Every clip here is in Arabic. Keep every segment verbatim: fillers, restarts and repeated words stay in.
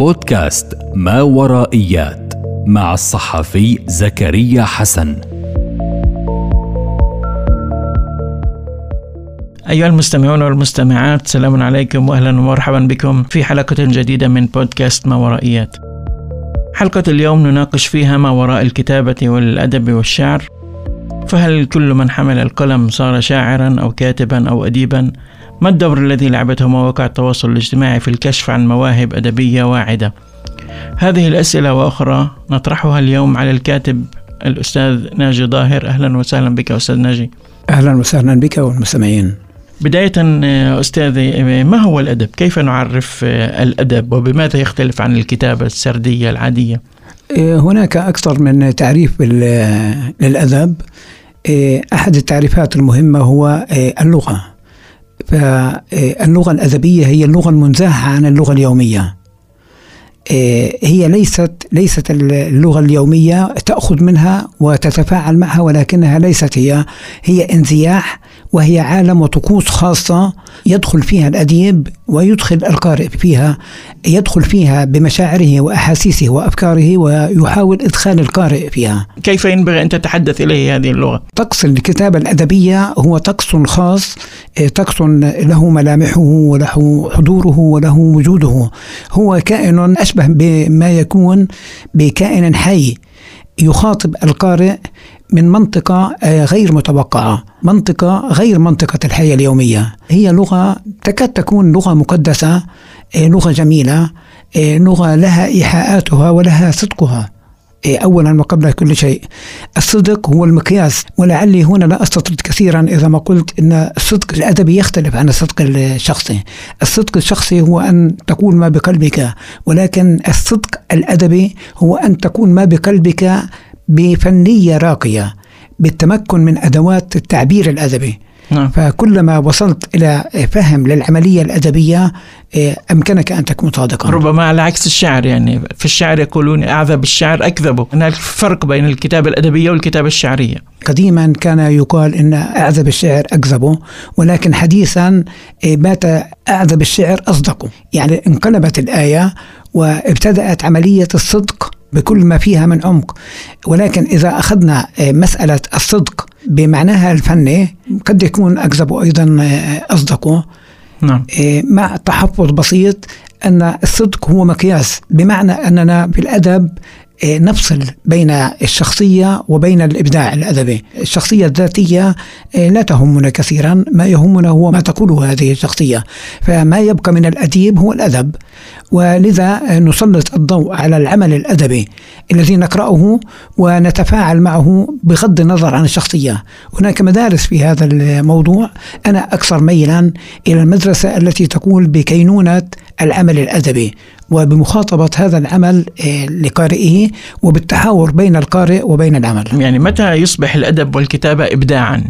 بودكاست ما ورائيات مع الصحفي زكريا حسن. أيها المستمعون والمستمعات، سلام عليكم وأهلا ومرحبا بكم في حلقة جديدة من بودكاست ما ورائيات. حلقة اليوم نناقش فيها ما وراء الكتابة والأدب والشعر. فهل كل من حمل القلم صار شاعرا أو كاتبا أو أديبا؟ ما الدور الذي لعبته مواقع التواصل الاجتماعي في الكشف عن مواهب أدبية واعدة؟ هذه الأسئلة وأخرى نطرحها اليوم على الكاتب الأستاذ ناجي ظاهر. أهلا وسهلا بك أستاذ ناجي. أهلا وسهلا بك والمستمعين. بداية أستاذي، ما هو الأدب؟ كيف نعرف الأدب وبماذا يختلف عن الكتابة السردية العادية؟ هناك أكثر من تعريف للأدب. أحد التعريفات المهمة هو اللغة. فاللغة الأدبية هي اللغة المنزهة عن اللغة اليومية. هي ليست ليست اللغة اليومية تأخذ منها وتتفاعل معها، ولكنها ليست هي هي انزياح، وهي عالم وطقوس خاصة يدخل فيها الأديب ويدخل القارئ فيها، يدخل فيها بمشاعره وأحاسيسه وأفكاره ويحاول إدخال القارئ فيها. كيف ينبغي أن تتحدث إليه هذه اللغة؟ طقس الكتابة الأدبية هو طقس خاص، طقس له ملامحه وله حضوره وله وجوده. هو كائن أشبه بما يكون بكائن حي يخاطب القارئ من منطقة غير متوقعة، منطقة غير منطقة الحياة اليومية. هي لغة تكاد تكون لغة مقدسة، لغة جميلة، لغة لها إيحاءاتها ولها صدقها. أولا وقبل كل شيء الصدق هو المقياس، ولعلي هنا لا أستطرد كثيرا إذا ما قلت إن الصدق الأدبي يختلف عن الصدق الشخصي. الصدق الشخصي هو أن تقول ما بقلبك، ولكن الصدق الأدبي هو أن تكون ما بقلبك بفنية راقية، بالتمكن من أدوات التعبير الأدبي. نعم. فكلما وصلت إلى فهم للعملية الأدبية أمكنك أن تكون صادقا. ربما على عكس الشعر، يعني في الشعر يقولون أعذب الشعر أكذبه. هناك فرق بين الكتابة الأدبية والكتابة الشعرية. قديما كان يقال إن أعذب الشعر أكذبه، ولكن حديثا بات أعذب الشعر أصدقه. يعني انقلبت الآية وابتدأت عملية الصدق بكل ما فيها من عمق. ولكن إذا أخذنا مسألة الصدق بمعناها الفني قد يكون أكذبه أيضا أصدقه. نعم. مع تحفظ بسيط أن الصدق هو مقياس، بمعنى أننا في الأدب نفصل بين الشخصية وبين الإبداع الأدبي. الشخصية الذاتية لا تهمنا كثيرا، ما يهمنا هو ما تقوله هذه الشخصية. فما يبقى من الأديب هو الأدب، ولذا نسلط الضوء على العمل الأدبي الذي نقرأه ونتفاعل معه بغض النظر عن الشخصية. هناك مدارس في هذا الموضوع. أنا أكثر ميلا إلى المدرسة التي تقول بكينونة العمل الأدبي وبمخاطبة هذا العمل لقارئه وبالتحاور بين القارئ وبين العمل. يعني متى يصبح الأدب والكتابة إبداعا؟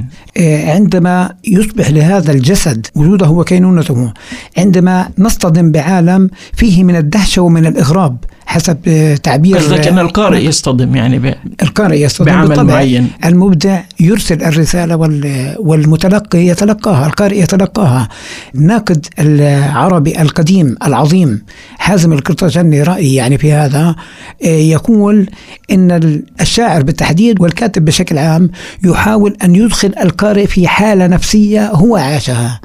عندما يصبح لهذا الجسد وجوده وكينونته، عندما نصطدم بعالم فيه من الدهشة ومن الإغراب حسب تعبير. قصدك أن القارئ يصطدم، يعني ب... القارئ يصطدم بعمل معين. المبدع يرسل الرسالة وال... والمتلقي يتلقاها، القارئ يتلقاها. الناقد العربي القديم العظيم حازم القرطاجني رأي يعني في هذا، يقول إن الشاعر بالتحديد والكاتب بشكل عام يحاول أن يدخل القارئ في حالة نفسية هو عاشها،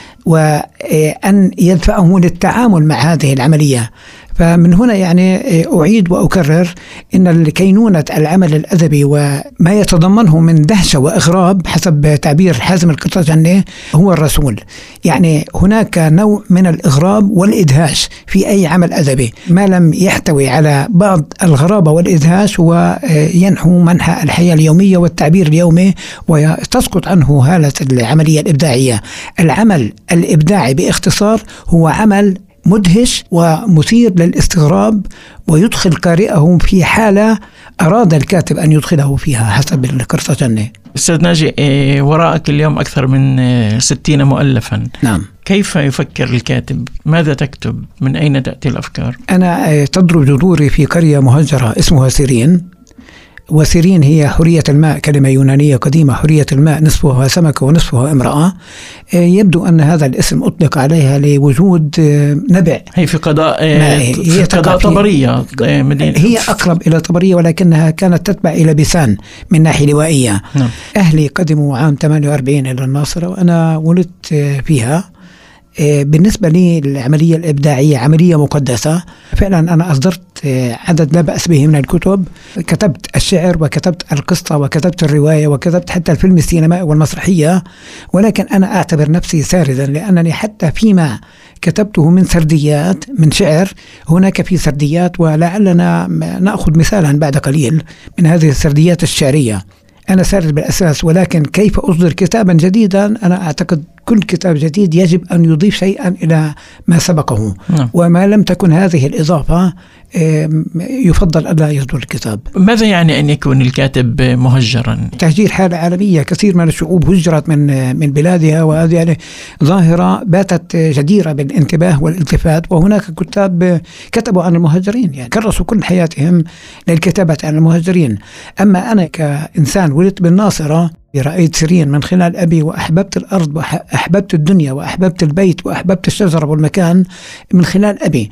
وأن يدفعه للتعامل مع هذه العملية. فمن هنا يعني أعيد وأكرر إن الكينونة العمل الأدبي وما يتضمنه من دهشة وإغراب حسب تعبير حازم القرطاجني هو الرسول. يعني هناك نوع من الإغراب والإدهاش في أي عمل أدبي. ما لم يحتوي على بعض الغرابة والإدهاش هو ينحو منحى الحياة اليومية والتعبير اليومي، وتسقط عنه هالة العملية الإبداعية. العمل الإبداعي باختصار هو عمل مدهش ومثير للاستغراب ويدخل قارئه في حالة أراد الكاتب أن يدخله فيها حسب القرطاجني. أستاذ ناجي، وراءك اليوم أكثر من ستين مؤلفا. نعم. كيف يفكر الكاتب؟ ماذا تكتب؟ من أين تأتي الأفكار؟ أنا تضرب جذوري في قرية مهجرة اسمها سيرين. وسيرين هي حرية الماء، كلمة يونانية قديمة، حرية الماء نصفها سمكة ونصفها امرأة. يبدو أن هذا الاسم أطلق عليها لوجود نبع. هي في قضاء في قضاء طبرية، هي أقرب إلى طبرية ولكنها كانت تتبع إلى بيسان من ناحية لوائية. نعم. أهلي قدموا عام ثمانية وأربعين إلى الناصرة وأنا ولدت فيها. بالنسبة لي العملية الإبداعية عملية مقدسة فعلا. أنا أصدرت عدد لا بأس به من الكتب، كتبت الشعر وكتبت القصة وكتبت الرواية وكتبت حتى الفيلم السينمائي والمسرحية، ولكن أنا أعتبر نفسي ساردا لأنني حتى فيما كتبته من سرديات من شعر هناك في سرديات، ولعلنا نأخذ مثالا بعد قليل من هذه السرديات الشعرية. أنا سارد بالأساس، ولكن كيف أصدر كتابا جديدا؟ أنا أعتقد كل كتاب جديد يجب أن يضيف شيئا إلى ما سبقه. نعم. وما لم تكن هذه الإضافة يفضل ألا يصدر الكتاب. ماذا يعني أن يكون الكاتب مهجرا؟ تهجير حالة عالمية، كثير من الشعوب هجرت من من بلادها، وهذه يعني ظاهرة باتت جديرة بالانتباه والالتفات. وهناك كتاب كتبوا عن المهاجرين، يعني كرسوا كل حياتهم للكتابة عن المهاجرين. أما أنا كإنسان ولدت بالناصرة رأيت سيرين من خلال أبي، وأحببت الأرض وأحببت الدنيا وأحببت البيت وأحببت الشجرة والمكان من خلال أبي.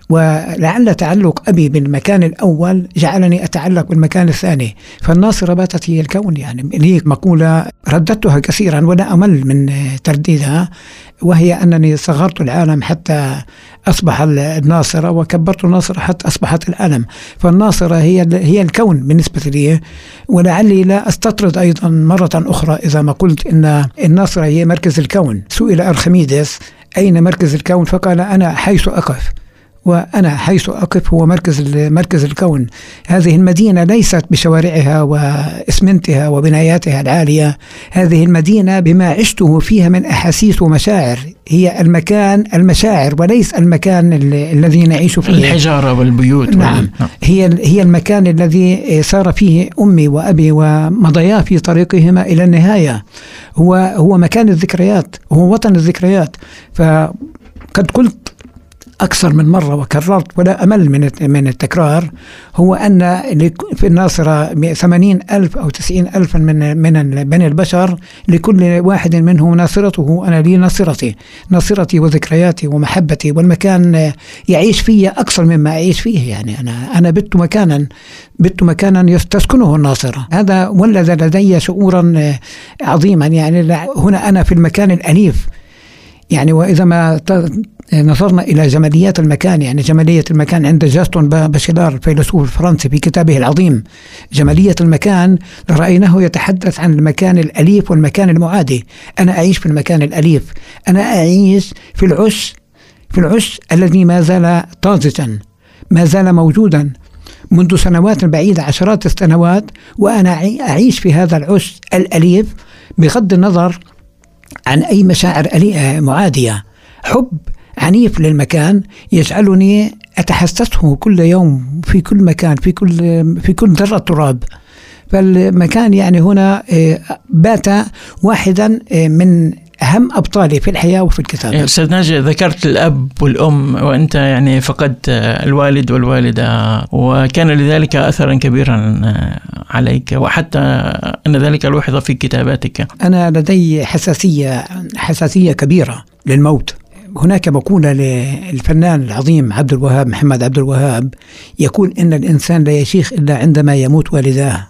ولعل تعلق أبي بالمكان الأول جعلني أتعلق بالمكان الثاني. فالناصرة باتت هي الكون. يعني لي مقولة رددتها كثيرا ولا أمل من ترديدها، وهي أنني صغرت العالم حتى أصبح الناصرة، وكبرت الناصرة حتى أصبحت العالم. فالناصرة هي هي الكون بالنسبة لي. ولعلي لا أستطرد أيضا مرة أخرى إذا ما قلت إن الناصرة هي مركز الكون. سئل أرخميدس أين مركز الكون؟ فقال أنا حيث أقف، وأنا حيث أقف هو مركز مركز الكون. هذه المدينة ليست بشوارعها وإسمنتها وبناياتها العالية، هذه المدينة بما عشته فيها من أحاسيس ومشاعر، هي المكان المشاعر وليس المكان الذي نعيش فيه، الحجارة والبيوت. نعم. هي هي المكان الذي سار فيه أمي وأبي ومضيا في طريقهما إلى النهاية. هو هو مكان الذكريات، هو وطن الذكريات. فقد قلت أكثر من مرة وكررت ولا أمل من من التكرار، هو أن في الناصرة ثمانين ألف أو تسعين ألفا من من بني البشر، لكل واحد منهم ناصرته. أنا لي ناصرتي ناصرتي وذكرياتي ومحبتي، والمكان يعيش فيه أكثر مما أعيش فيه. يعني أنا أنا بت مكانا بت مكانا تسكنه الناصرة. هذا ولد لدي شعورا عظيما. يعني هنا أنا في المكان الأليف. يعني وإذا ما نظرنا إلى جماليات المكان، يعني جمالية المكان عند جاستون باشيلار الفيلسوف الفرنسي في كتابه العظيم جمالية المكان، رأيناه يتحدث عن المكان الأليف والمكان المعادي. أنا أعيش في المكان الأليف، أنا أعيش في العش في العش الذي ما زال طازجا، ما زال موجودا منذ سنوات بعيدة، عشرات السنوات، وأنا أعيش في هذا العش الأليف بغض النظر عن أي مشاعر معادية. حب عنيف للمكان يجعلني أتحسسه كل يوم في كل مكان، في كل في كل ذرة تراب. فالمكان يعني هنا بات واحدا من أهم أبطالي في الحياة وفي الكتابة. أستاذ ناجي، ذكرت الأب والأم، وأنت يعني فقدت الوالد والوالدة، وكان لذلك أثرا كبيرا عليك، وحتى أن ذلك لوحظ في كتاباتك. أنا لدي حساسية حساسية كبيرة للموت. هناك مقولة للفنان العظيم عبد الوهاب محمد عبد الوهاب يقول إن الإنسان لا يشيخ إلا عندما يموت والداه.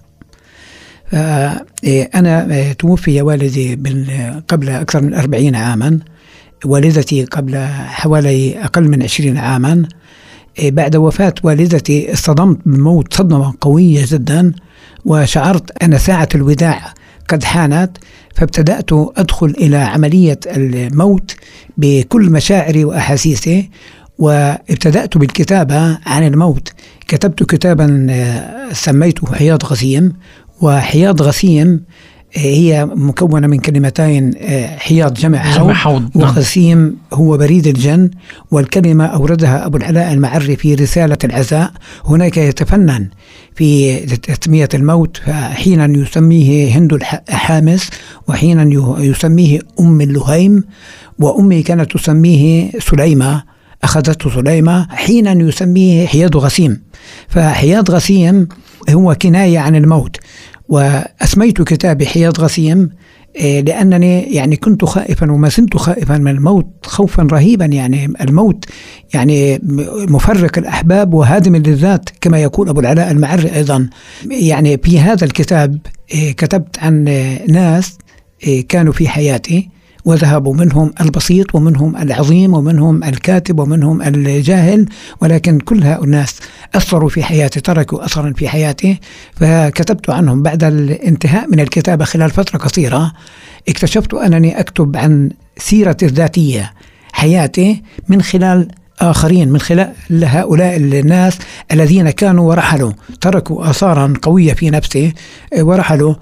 أنا توفي والدي قبل أكثر من أربعين عاما، والدتي قبل حوالي أقل من عشرين عاما. بعد وفاة والدتي اصطدمت بالموت صدمة قوية جدا، وشعرت أن ساعة الوداع قد حانت. فابتدأت أدخل إلى عملية الموت بكل مشاعري وأحاسيسي، وابتدأت بالكتابة عن الموت. كتبت كتابا سميته حياض غسيم. وحياض غسيم هي مكونة من كلمتين، حياض جمع حوض، وغسيم هو بريد الجن. والكلمة أوردها أبو العلاء المعري في رسالة العزاء. هناك يتفنن في تسمية الموت، حينا يسميه هند الحامس، وحينا يسميه أم اللهيم، وأمي كانت تسميه سليمة، أخذته سليمة، حينا يسميه حياض غسيم. فحياض غسيم هو كناية عن الموت. وأسميت كتابي حياة غسيم لأنني يعني كنت خائفا وما زلت خائفا من الموت خوفا رهيبا. يعني الموت يعني مفرق الأحباب وهادم اللذات كما يقول أبو العلاء المعري أيضا. يعني في هذا الكتاب كتبت عن ناس كانوا في حياتي وذهبوا، منهم البسيط ومنهم العظيم ومنهم الكاتب ومنهم الجاهل، ولكن كل هؤلاء الناس أثروا في حياتي، تركوا أثرا في حياتي. فكتبت عنهم. بعد الانتهاء من الكتابة خلال فترة قصيرة اكتشفت أنني أكتب عن سيرة الذاتية حياتي من خلال آخرين، من خلال هؤلاء الناس الذين كانوا ورحلوا، تركوا آثارا قوية في نفسي ورحلوا.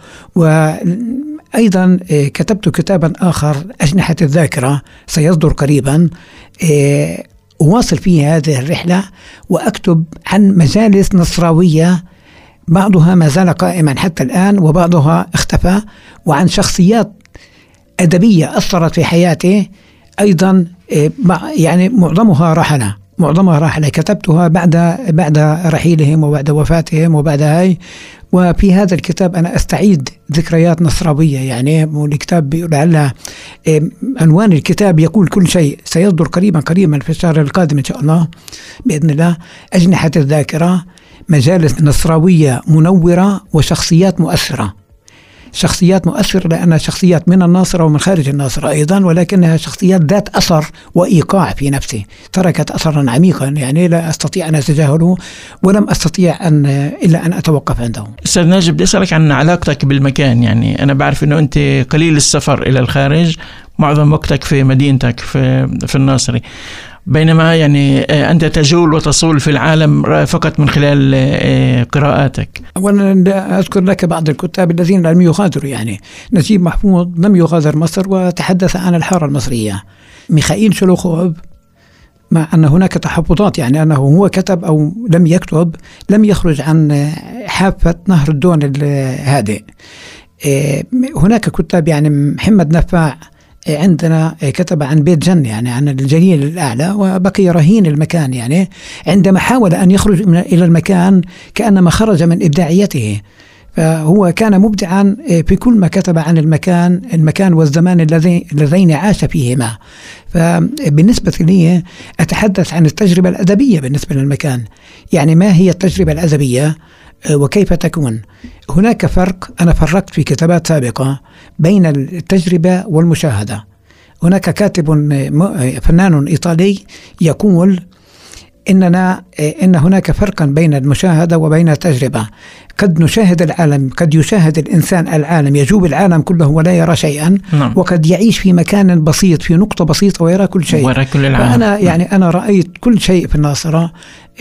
وأيضا كتبت كتابا آخر أجنحة الذاكرة سيصدر قريبا، أواصل فيه هذه الرحلة وأكتب عن مجالس نصراوية بعضها ما زال قائما حتى الآن وبعضها اختفى، وعن شخصيات أدبية أثرت في حياتي أيضا، يعني معظمها رحلة معظمها رحلة كتبتها بعد بعد رحيلهم وبعد وفاتهم وبعد هاي. وفي هذا الكتاب أنا أستعيد ذكريات نصراوية. يعني الكتاب بيقول على عنوان الكتاب يقول كل شيء، سيصدر قريبا قريبا في الشهر القادم إن شاء الله بإذن الله. أجنحة الذاكرة، مجالس نصراوية منورة وشخصيات مؤثرة. شخصيات مؤثرة لأنها شخصيات من الناصرة ومن خارج الناصرة أيضا، ولكنها شخصيات ذات أثر وإيقاع في نفسي، تركت أثرا عميقا يعني لا أستطيع أن أتجاهله ولم أستطيع أن إلا أن أتوقف عنده. أستاذ ناجي، بدي أسألك عن علاقتك بالمكان. يعني أنا بعرف أنه أنت قليل السفر إلى الخارج، معظم وقتك في مدينتك في في الناصري، بينما يعني أنت تجول وتصول في العالم فقط من خلال قراءاتك. أولا أذكر لك بعض الكتاب الذين لم يغادروا. يعني نجيب محفوظ لم يغادر مصر وتحدث عن الحارة المصرية. ميخائيل شولوخوف مع أن هناك تحفظات، يعني أنه هو كتب أو لم يكتب، لم يخرج عن حافة نهر الدون الهادئ. هناك كتاب يعني محمد نفاع عندنا كتب عن بيت جن، يعني عن الجليل الأعلى، وبقي رهين المكان. يعني عندما حاول أن يخرج من إلى المكان كأنما خرج من إبداعيته، فهو كان مبدعا في كل ما كتب عن المكان المكان والزمان الذي الذين عاش فيهما. فبالنسبة لي أتحدث عن التجربة الأدبية بالنسبة للمكان. يعني ما هي التجربة الأدبية وكيف تكون؟ هناك فرق، أنا فرقت في كتابات سابقة بين التجربة والمشاهدة. هناك كاتب فنان إيطالي يقول إننا إن هناك فرقا بين المشاهدة وبين التجربة. قد نشاهد العالم، قد يشاهد الإنسان العالم، يجوب العالم كله ولا يرى شيئا. نعم. وقد يعيش في مكان بسيط في نقطة بسيطة ويرى كل شيء، ويرى كل العالم. فأنا يعني أنا رأيت كل شيء في الناصرة.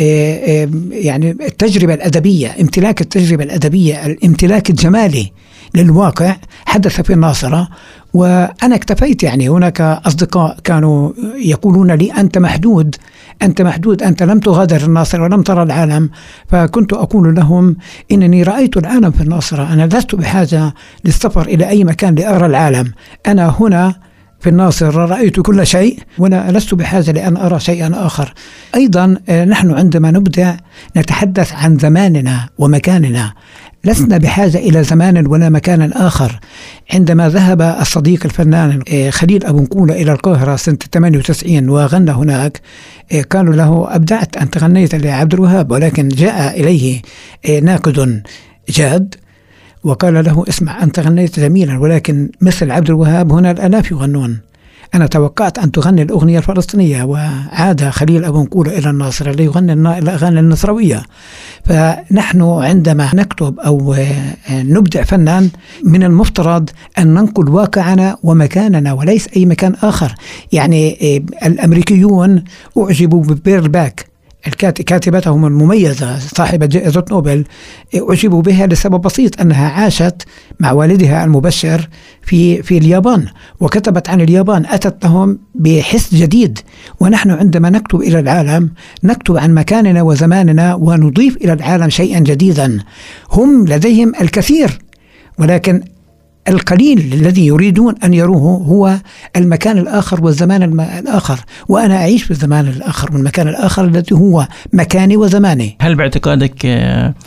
يعني التجربة الأدبية، امتلاك التجربة الأدبية، الامتلاك الجمالي للواقع حدث في الناصرة. وأنا اكتفيت. يعني هناك أصدقاء كانوا يقولون لي أنت محدود أنت محدود أنت لم تغادر الناصرة ولم ترى العالم. فكنت أقول لهم إنني رأيت العالم في الناصرة، أنا لست بحاجة للسفر إلى أي مكان لأرى العالم. أنا هنا في الناصرة رأيت كل شيء ولا لست بحاجة لأن أرى شيئا آخر. أيضا نحن عندما نبدأ نتحدث عن زماننا ومكاننا، لسنا بحاجة إلى زمان ولا مكان آخر. عندما ذهب الصديق الفنان خليل أبو نقولة إلى القاهرة سنة ثمانية وتسعين وغنى هناك، قالوا له أبدعت أنت غنيت لعبد الوهاب، ولكن جاء إليه ناقد جاد وقال له اسمع أنت غنيت جميلا ولكن مثل عبد الوهاب هنا الآلاف يغنون، أنا توقعت أن تغني الأغنية الفلسطينية. وعاد خليل أبو نقولة إلى الناصرة ليغني الأغاني النصراوية. فنحن عندما نكتب أو نبدع فنان من المفترض أن ننقل واقعنا ومكاننا وليس أي مكان آخر. يعني الأمريكيون أعجبوا ببيرل باك كاتبتهم المميزة صاحبة جائزة نوبل، أعجبوا بها لسبب بسيط أنها عاشت مع والدها المبشر في في اليابان وكتبت عن اليابان، أتت لهم بحس جديد. ونحن عندما نكتب إلى العالم نكتب عن مكاننا وزماننا ونضيف إلى العالم شيئا جديدا. هم لديهم الكثير ولكن القليل الذي يريدون أن يروه هو المكان الآخر والزمان الآخر، وأنا أعيش في الزمان الآخر والمكان الآخر الذي هو مكاني وزماني. هل باعتقادك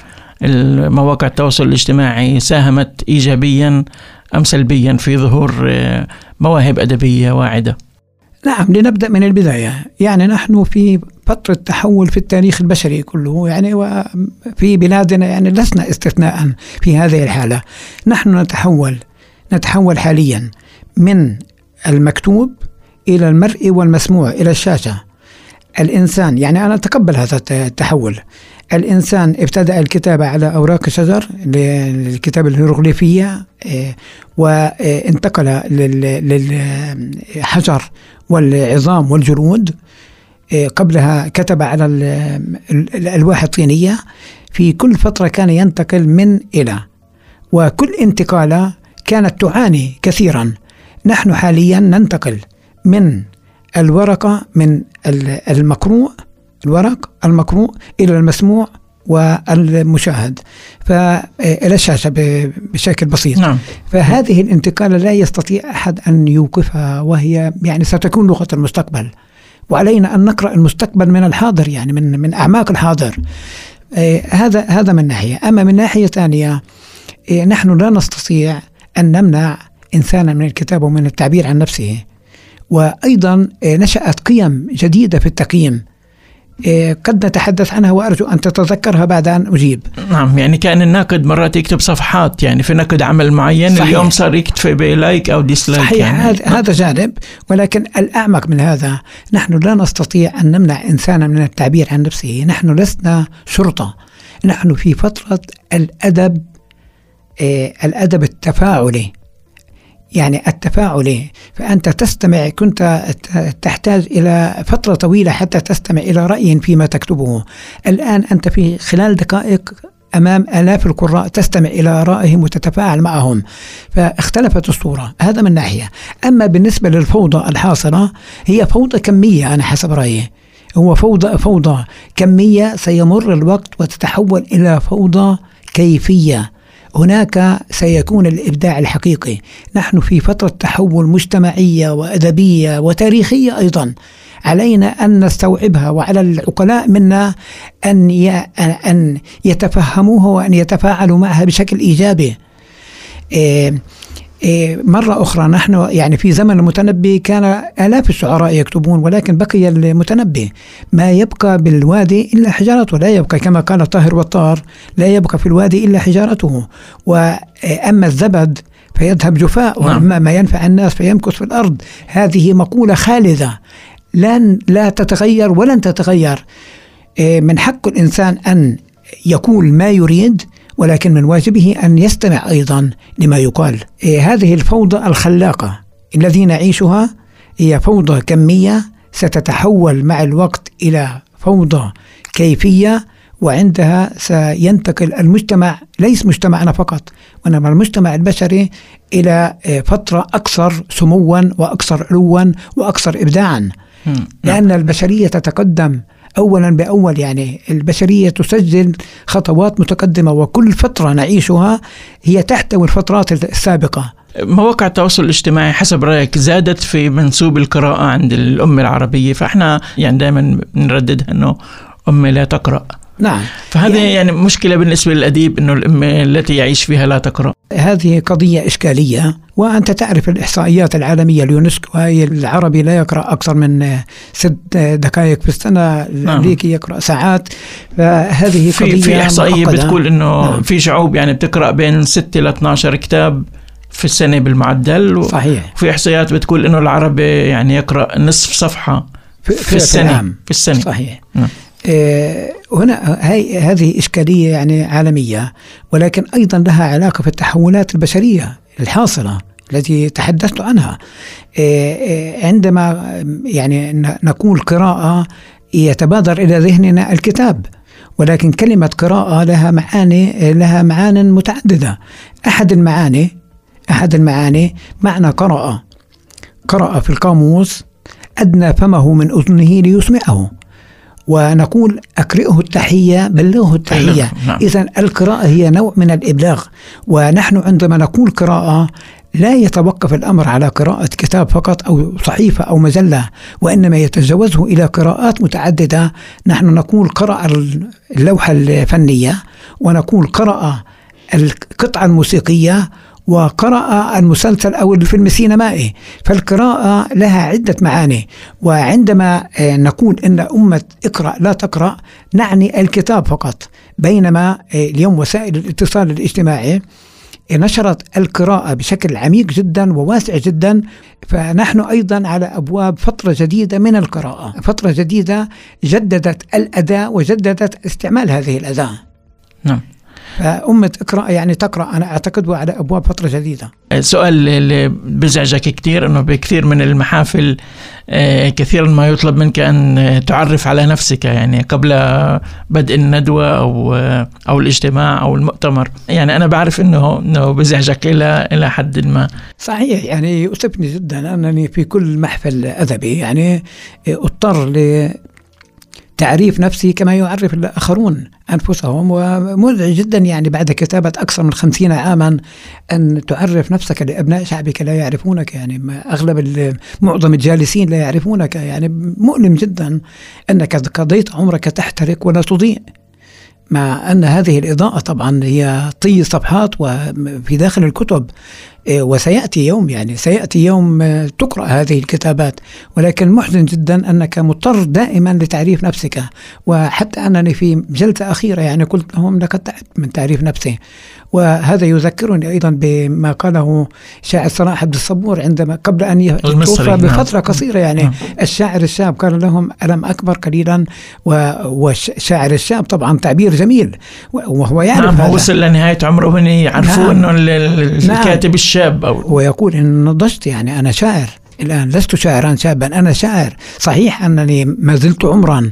مواقع التواصل الاجتماعي ساهمت إيجابيا أم سلبيا في ظهور مواهب أدبية واعدة؟ نعم، لنبدأ من البداية. يعني نحن في فترة تحول في التاريخ البشري كله، يعني وفي بلادنا يعني لسنا استثناء في هذه الحالة. نحن نتحول نتحول حاليا من المكتوب إلى المرئي والمسموع إلى الشاشة. الإنسان، يعني أنا أتقبل هذا التحول. الإنسان ابتدأ الكتابة على أوراق الشجر للكتابة الهيروغليفية، وانتقل للحجر والعظام والجلود. قبلها كتب على الألواح الطينية. في كل فترة كان ينتقل من إلى، وكل انتقالة كانت تعاني كثيرا. نحن حاليا ننتقل من الورقة، من المقروء الورق المقروء إلى المسموع والمشاهد، فإلى الشاشة بشكل بسيط. نعم. فهذه الانتقالة لا يستطيع أحد أن يوقفها، وهي يعني ستكون لغة المستقبل، وعلينا أن نقرأ المستقبل من الحاضر، يعني من من أعماق الحاضر. هذا هذا من ناحية. أما من ناحية ثانية، نحن لا نستطيع أن نمنع إنسانا من الكتابة ومن التعبير عن نفسه. وأيضا نشأت قيم جديدة في التقييم، قد نتحدث عنها وأرجو أن تتذكرها بعد أن أجيب. نعم، يعني كان الناقد مرات يكتب صفحات، يعني في نقد عمل معين. صحيح. اليوم صار يكتب بلايك أو ديسلايك. صحيح. يعني. هذا, هذا جانب، ولكن الأعمق من هذا، نحن لا نستطيع أن نمنع إنسانا من التعبير عن نفسه. نحن لسنا شرطة، نحن في فترة الأدب آه الأدب التفاعلي، يعني التفاعلي. فأنت تستمع، كنت تحتاج إلى فترة طويلة حتى تستمع إلى رأي فيما تكتبه. الآن أنت في خلال دقائق أمام آلاف القراء تستمع إلى رأيهم وتتفاعل معهم، فاختلفت الصورة. هذا من ناحية. أما بالنسبة للفوضى الحاصلة، هي فوضى كمية. أنا حسب رأيي هو فوضى فوضى كمية، سيمر الوقت وتتحول إلى فوضى كيفية. هناك سيكون الإبداع الحقيقي. نحن في فترة تحول مجتمعية وأدبية وتاريخية أيضا، علينا أن نستوعبها، وعلى العقلاء منا أن أن يتفهموها وأن يتفاعلوا معها بشكل إيجابي. مرة أخرى، نحن يعني في زمن المتنبي كان آلاف الشعراء يكتبون، ولكن بقي المتنبي. ما يبقى بالوادي إلا حجارته، لا يبقى كما قال طاهر والطار، لا يبقى في الوادي إلا حجارته. وأما الزبد فيذهب جفاء، وأما ما ينفع الناس فيمكث في الأرض. هذه مقولة خالدة لن لا تتغير ولن تتغير. من حق الإنسان أن يقول ما يريد، ولكن من واجبه أن يستمع أيضا لما يقال. هذه الفوضى الخلاقة الذي نعيشها هي فوضى كمية، ستتحول مع الوقت إلى فوضى كيفية، وعندها سينتقل المجتمع، ليس مجتمعنا فقط وإنما المجتمع البشري، إلى فترة أكثر سموا وأكثر علوا وأكثر إبداعا. لأن البشرية تتقدم أولا بأول، يعني البشرية تسجل خطوات متقدمة، وكل فترة نعيشها هي تحتوي الفترات السابقة. مواقع التواصل الاجتماعي حسب رأيك زادت في منسوب القراءة عند الأمة العربية، فإحنا يعني دائما نرددها أنه أمة لا تقرأ. نعم. فهذه يعني, يعني مشكلة بالنسبة للأديب، أنه الأمة التي يعيش فيها لا تقرأ. هذه قضية إشكالية، وأنت تعرف الإحصائيات العالمية اليونسكو، هي العربي لا يقرأ أكثر من ست دقائق في السنة، الأمريكي يقرأ ساعات. فهذه في قضية في إحصائية معقدة. بتقول أنه نعم. في شعوب يعني بتقرأ بين ستة إلى اثنا عشر كتاب في السنة بالمعدل. صحيح. وفي إحصائيات بتقول أنه العربي يعني يقرأ نصف صفحة في, في السنة في السنة. صحيح. نعم. هنا هي هذه إشكالية يعني عالمية، ولكن أيضا لها علاقة في التحولات البشرية الحاصلة التي تحدثت عنها. عندما يعني نقول قراءة يتبادر إلى ذهننا الكتاب، ولكن كلمة قراءة لها معاني لها معان متعددة. أحد المعاني أحد المعاني معنى قرأ. قرأ في القاموس أدنى فمه من أذنه ليسمعه، ونقول أقرئه التحية بلغه التحية. نعم. إذن القراءة هي نوع من الإبلاغ، ونحن عندما نقول قراءة لا يتوقف الأمر على قراءة كتاب فقط أو صحيفة أو مجلة، وإنما يتجاوزه إلى قراءات متعددة. نحن نقول قرأ اللوحة الفنية، ونقول قرأ القطعة الموسيقية وقرأ المسلسل أو الفيلم السينمائي. فالقراءة لها عدة معاني، وعندما نقول إن أمة اقرأ لا تقرأ نعني الكتاب فقط، بينما اليوم وسائل الاتصال الاجتماعي نشرت القراءة بشكل عميق جدا وواسع جدا. فنحن أيضا على أبواب فترة جديدة من القراءة، فترة جديدة جددت الأداء وجددت استعمال هذه الأداة. نعم. فأمة اقرأ يعني تقرأ، أنا أعتقد على أبواب فترة جديدة. السؤال اللي بزعجك كثير أنه بكثير من المحافل كثيرا ما يطلب منك أن تعرف على نفسك يعني قبل بدء الندوة أو أو الاجتماع أو المؤتمر. يعني أنا بعرف أنه أنه بزعجك إلى إلى حد ما. صحيح، يعني يؤسفني جدا أنني في كل محفل أدبي يعني اضطر ل تعريف نفسي كما يعرف الآخرون أنفسهم، ومزعج جدا يعني بعد كتابة أكثر من خمسين عاما أن تعرف نفسك لأبناء شعبك لا يعرفونك. يعني أغلب معظم الجالسين لا يعرفونك. يعني مؤلم جدا أنك قضيت عمرك تحترق ولا تضيء، مع أن هذه الإضاءة طبعا هي طي صفحات وفي داخل الكتب، وسيأتي يوم يعني سيأتي يوم تقرأ هذه الكتابات، ولكن محزن جدا أنك مضطر دائما لتعريف نفسك. وحتى أنني في جلسة أخيرة يعني قلت لهم لقد تعبت من تعريف نفسي. وهذا يذكرني أيضا بما قاله شاعر صلاح عبد الصبور عندما قبل أن يتوفى بفترة قصيرة يعني نعم. الشاعر الشاب قال لهم ألم أكبر قليلا، وشاعر الشاب طبعا تعبير جميل وهو يعرف نعم. هذا. وصل لنهاية عمره يعرفوا نعم. أنه الكاتب نعم. الشاب أو ويقول إن نضجت، يعني أنا شاعر الآن، لست شاعرا شابا، أنا شاعر. صحيح أنني ما زلت عمرا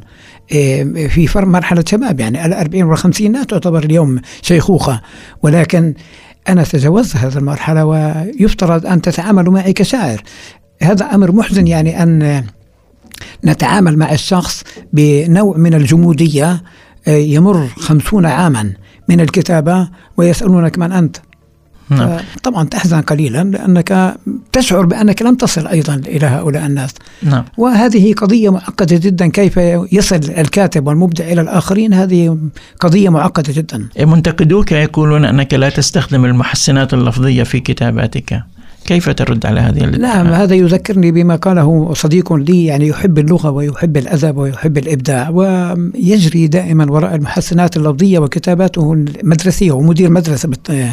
في مرحلة شباب، يعني الأربعين والخمسين لا تعتبر اليوم شيخوخة، ولكن أنا تجاوزت هذه المرحلة ويفترض أن تتعامل معي كشاعر. هذا أمر محزن، يعني أن نتعامل مع الشخص بنوع من الجمودية. يمر خمسون عاما من الكتابة ويسألونك من أنت. نعم. طبعا تحزن قليلا لأنك تشعر بأنك لم تصل أيضا إلى هؤلاء الناس. نعم. وهذه قضية معقدة جدا، كيف يصل الكاتب والمبدع إلى الآخرين، هذه قضية معقدة جدا. منتقدوك يقولون أنك لا تستخدم المحسنات اللفظية في كتاباتك، كيف ترد على هذه الاتهامات؟ نعم، هذا يذكرني بما قاله صديق لي، يعني يحب اللغة ويحب الأدب ويحب الإبداع، ويجري دائما وراء المحسنات اللفظية، وكتاباته المدرسية ومدير مدرسة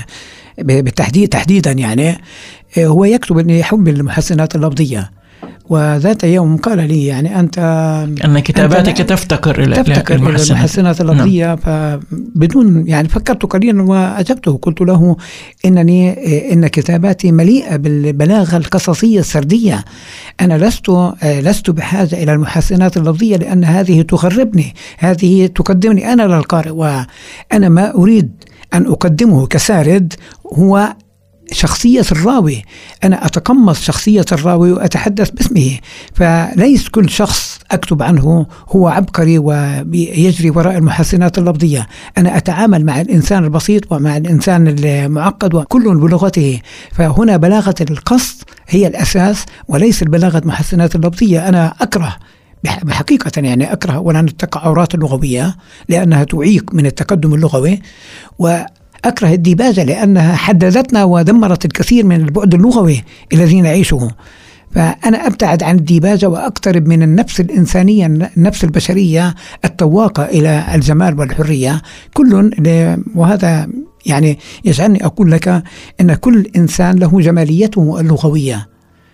بالتحديد تحديدا يعني هو يكتب أن يحب المحسنات اللفظية. وذات يوم قال لي يعني أنت أن كتاباتك أنت تفتقر إلى تفتقر المحسنات, المحسنات اللفظية. نعم. فبدون يعني فكرت قليلا وأجبته، قلت له إنني إن كتاباتي مليئة بالبلاغة القصصية السردية. أنا لست لست بحاجة إلى المحسنات اللفظية، لأن هذه تغربني، هذه تقدمني أنا للقارئ، وأنا ما أريد أن أقدمه كسارد هو شخصية الراوي. أنا أتقمص شخصية الراوي وأتحدث باسمه، فليس كل شخص أكتب عنه هو عبقري ويجري وراء المحسنات اللفظية. أنا أتعامل مع الإنسان البسيط ومع الإنسان المعقد وكل بلغته. فهنا بلاغة القصد هي الأساس وليس البلاغة محسنات اللفظية. أنا أكره بحقيقة يعني أكره أولا التقعرات اللغوية لأنها تعيق من التقدم اللغوي، وأكره الديباجة لأنها حددتنا ودمرت الكثير من البعد اللغوي الذي نعيشه. فأنا أبتعد عن الديباجة وأقترب من النفس الإنسانية، النفس البشرية التواقة إلى الجمال والحرية كل. وهذا يعني يجعلني أقول لك أن كل إنسان له جماليته اللغوية.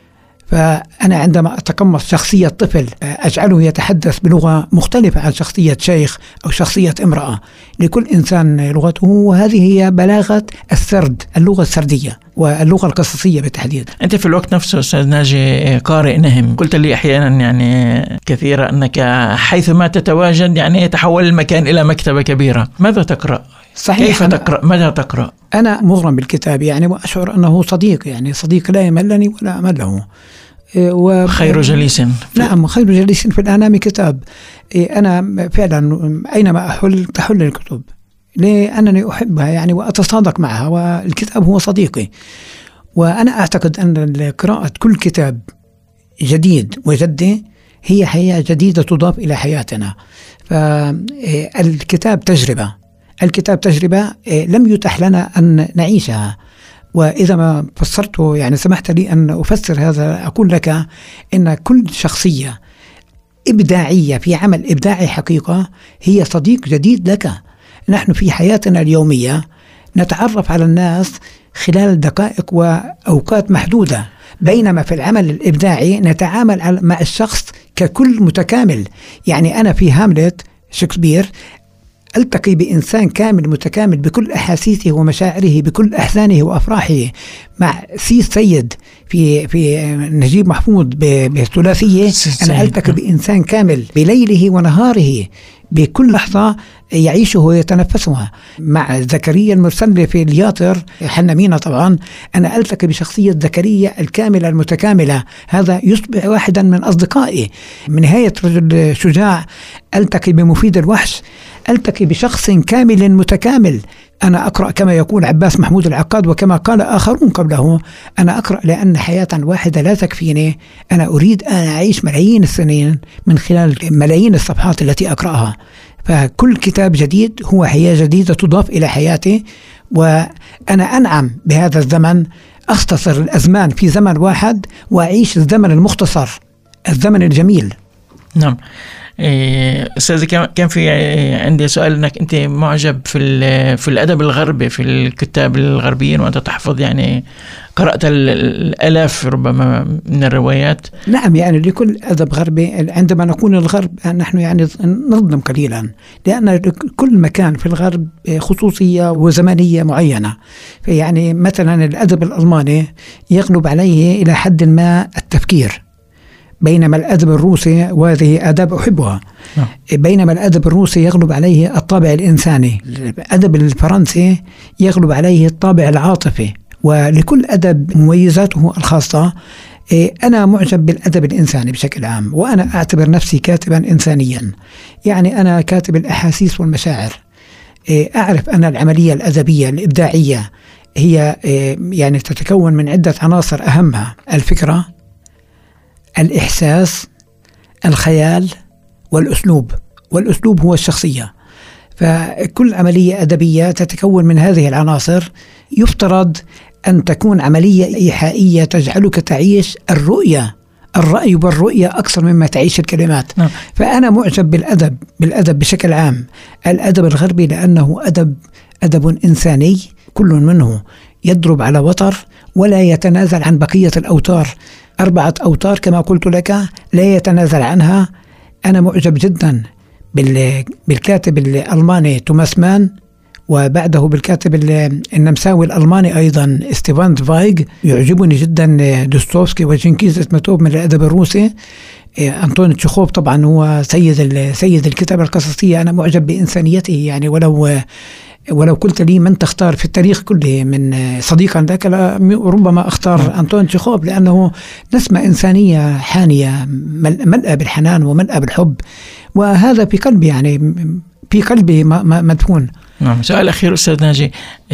فأنا عندما أتقمص شخصية طفل أجعله يتحدث بلغة مختلفة عن شخصية شيخ أو شخصية امرأة. لكل إنسان لغته، وهذه هي بلاغة السرد، اللغة السردية واللغة القصصية بالتحديد. أنت في الوقت نفسه أستاذ ناجي قارئ نهم، قلت لي أحيانا يعني كثيرا أنك حيثما تتواجد يعني يتحول المكان إلى مكتبة كبيرة. ماذا تقرأ؟ صحيح. كيف تقرأ؟ ماذا تقرأ؟ أنا مغرم بالكتاب يعني، وأشعر أنه صديق، يعني صديق لا يملني ولا أمله. و... خير جليس في... نعم، خير جليس في الأنام كتاب. أنا فعلا أينما أحل تحل الكتب لأنني أحبها يعني وأتصادق معها، والكتاب هو صديقي. وأنا أعتقد أن قراءة كل كتاب جديد وجدي هي حياة جديدة تضاف إلى حياتنا. فالكتاب تجربة، الكتاب تجربة لم يتح لنا أن نعيشها. وإذا ما فسرته يعني سمحت لي أن أفسر هذا، أقول لك إن كل شخصية إبداعية في عمل إبداعي حقيقة هي صديق جديد لك. نحن في حياتنا اليومية نتعرف على الناس خلال دقائق وأوقات محدودة، بينما في العمل الإبداعي نتعامل مع الشخص ككل متكامل. يعني أنا في هاملت شكسبير ألتقي بإنسان كامل متكامل بكل أحاسيسه ومشاعره، بكل أحزانه وأفراحه. مع سيس سيد في في نجيب محفوظ بثلاثية أنا ألتقي بإنسان كامل بليله ونهاره، بكل لحظة يعيشه ويتنفسها. مع زكريا المرسل في الياطر حنمينة طبعا أنا ألتقي بشخصية زكريا الكاملة المتكاملة، هذا يصبح واحدا من أصدقائي. من نهاية رجل شجاع ألتقي بمفيد الوحش، ألتقي بشخص كامل متكامل. أنا أقرأ كما يقول عباس محمود العقاد وكما قال آخرون قبله، أنا أقرأ لأن حياة واحدة لا تكفيني، أنا أريد أن أعيش ملايين السنين من خلال ملايين الصفحات التي أقرأها. فكل كتاب جديد هو حياة جديدة تضاف إلى حياتي، وأنا أنعم بهذا الزمن، أختصر الأزمان في زمن واحد وأعيش الزمن المختصر، الزمن الجميل. نعم. أستاذي كان في عندي سؤال، أنك أنت معجب في في الأدب الغربي، في الكتاب الغربيين، وأنت تحفظ يعني قرأت الآلاف ربما من الروايات. نعم، يعني لكل أدب غربي عندما نكون الغرب نحن يعني نظلم قليلا، لأن كل مكان في الغرب خصوصية وزمنية معينة. يعني مثلا الأدب الألماني يغلب عليه إلى حد ما التفكير، بينما الأدب الروسي، وهذه آداب أحبها، بينما الأدب الروسي يغلب عليه الطابع الإنساني. الأدب الفرنسي يغلب عليه الطابع العاطفي، ولكل أدب مميزاته الخاصة. أنا معجب بالأدب الإنساني بشكل عام، وأنا أعتبر نفسي كاتبا إنسانيا، يعني أنا كاتب الأحاسيس والمشاعر. أعرف أن العملية الأدبية الإبداعية هي يعني تتكون من عدة عناصر، أهمها الفكرة، الإحساس، الخيال، والأسلوب. والأسلوب هو الشخصية. فكل عملية أدبية تتكون من هذه العناصر. يفترض أن تكون عملية إيحائية تجعلك تعيش الرؤية، الرأي والرؤية أكثر مما تعيش الكلمات. نعم. فأنا معجب بالأدب بالأدب بشكل عام، الأدب الغربي، لأنه أدب أدب إنساني، كل منه يضرب على وتر ولا يتنازل عن بقية الأوتار. أربعة أوتار كما قلت لك لا يتنازل عنها. أنا معجب جدا بالكاتب الألماني توماس مان، وبعده بالكاتب النمساوي الألماني أيضا ستيفان زفايغ. يعجبني جدا دوستويفسكي وجنكيز إتماتوف من الأدب الروسي. أنطون تشيخوف طبعا هو سيد سيد الكتابة القصصية. أنا معجب بإنسانيته، يعني ولو ولو قلت لي من تختار في التاريخ كله من صديقا لك، ربما أختار أنطون تشيخوف، لأنه نسمة إنسانية حانية ملأة بالحنان وملأة بالحب، وهذا في قلبي، يعني في قلبي مدفون. نعم. سؤال أخير أستاذ ناجي،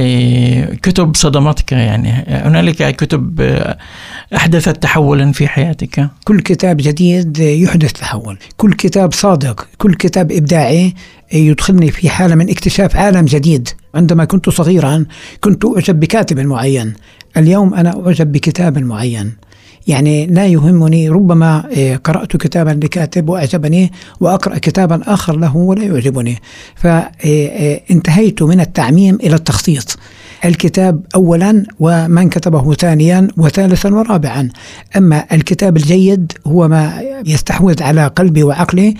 كتب صدمتك، يعني هنالك كتب أحدثت تحولا في حياتك؟ كل كتاب جديد يحدث تحول، كل كتاب صادق، كل كتاب إبداعي يدخلني في حالة من اكتشاف عالم جديد. عندما كنت صغيرا كنت أعجب بكاتب معين، اليوم أنا أعجب بكتاب معين. يعني لا يهمني، ربما قرأت كتابا لكاتب وأعجبني وأقرأ كتابا آخر له ولا يعجبني، فانتهيت من التعميم إلى التخصيص. الكتاب أولا، ومن كتبه ثانيا وثالثا ورابعا. أما الكتاب الجيد هو ما يستحوذ على قلبي وعقلي.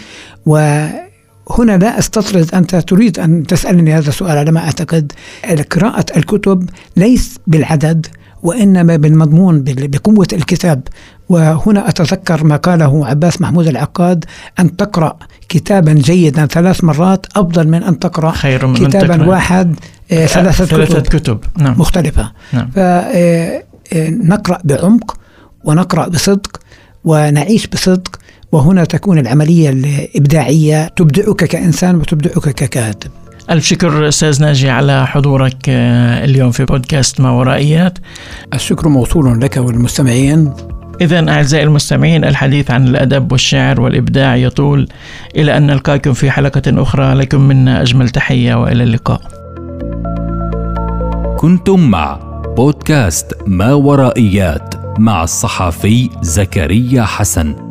وهنا لا أستطرد، أنت تريد أن تسألني هذا السؤال على ما أعتقد. قراءة الكتب ليس بالعدد وإنما بالمضمون، بقوة الكتاب. وهنا أتذكر ما قاله عباس محمود العقاد: أن تقرأ كتابا جيدا ثلاث مرات أفضل من أن تقرأ خير من كتابا من واحد آه ثلاثة, ثلاثة كتب, كتب. نعم. مختلفة. نعم. فنقرأ بعمق ونقرأ بصدق ونعيش بصدق، وهنا تكون العملية الإبداعية تبدعك كإنسان وتبدعك ككاتب. ألف شكر أستاذ ناجي على حضورك اليوم في بودكاست ما ورائيات. الشكر موصول لك والمستمعين. إذن أعزائي المستمعين، الحديث عن الأدب والشعر والإبداع يطول. إلى أن نلقاكم في حلقة أخرى، لكم منا أجمل تحية وإلى اللقاء. كنتم مع بودكاست ما ورائيات مع الصحفي زكريا حسن.